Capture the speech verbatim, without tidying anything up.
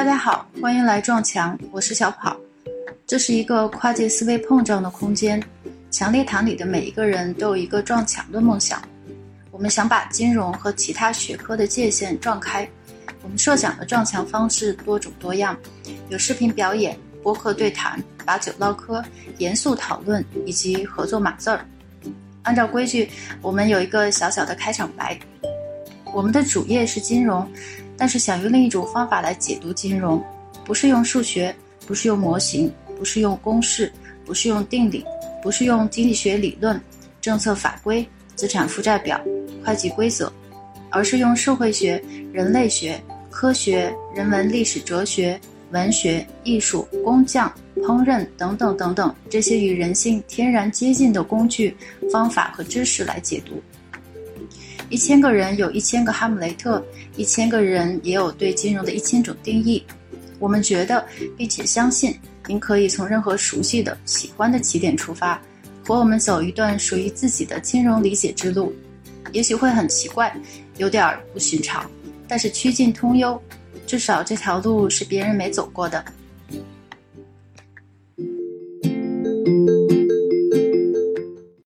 家好，欢迎来撞墙，我是小跑。这是一个跨界思维碰撞的空间，强烈堂里的每一个人都有一个撞墙的梦想。我们想把金融和其他学科的界限撞开。我们设想的撞墙方式多种多样，有视频表演、播客对谈、把酒唠嗑、严肃讨论以及合作码字儿。按照规矩，我们有一个小小的开场白。我们的主业是金融，但是想用另一种方法来解读金融，不是用数学，不是用模型，不是用公式，不是用定理，不是用经济学理论、政策法规、资产负债表、会计规则，而是用社会学、人类学、科学、人文历史哲学、文学、艺术、工匠、烹饪等等等等这些与人性天然接近的工具、方法和知识来解读。一千个人有一千个哈姆雷特，一千个人也有对金融的一千种定义。我们觉得并且相信您可以从任何熟悉的、喜欢的起点出发，和我们走一段属于自己的金融理解之路。也许会很奇怪，有点不寻常，但是趋近通幽，至少这条路是别人没走过的。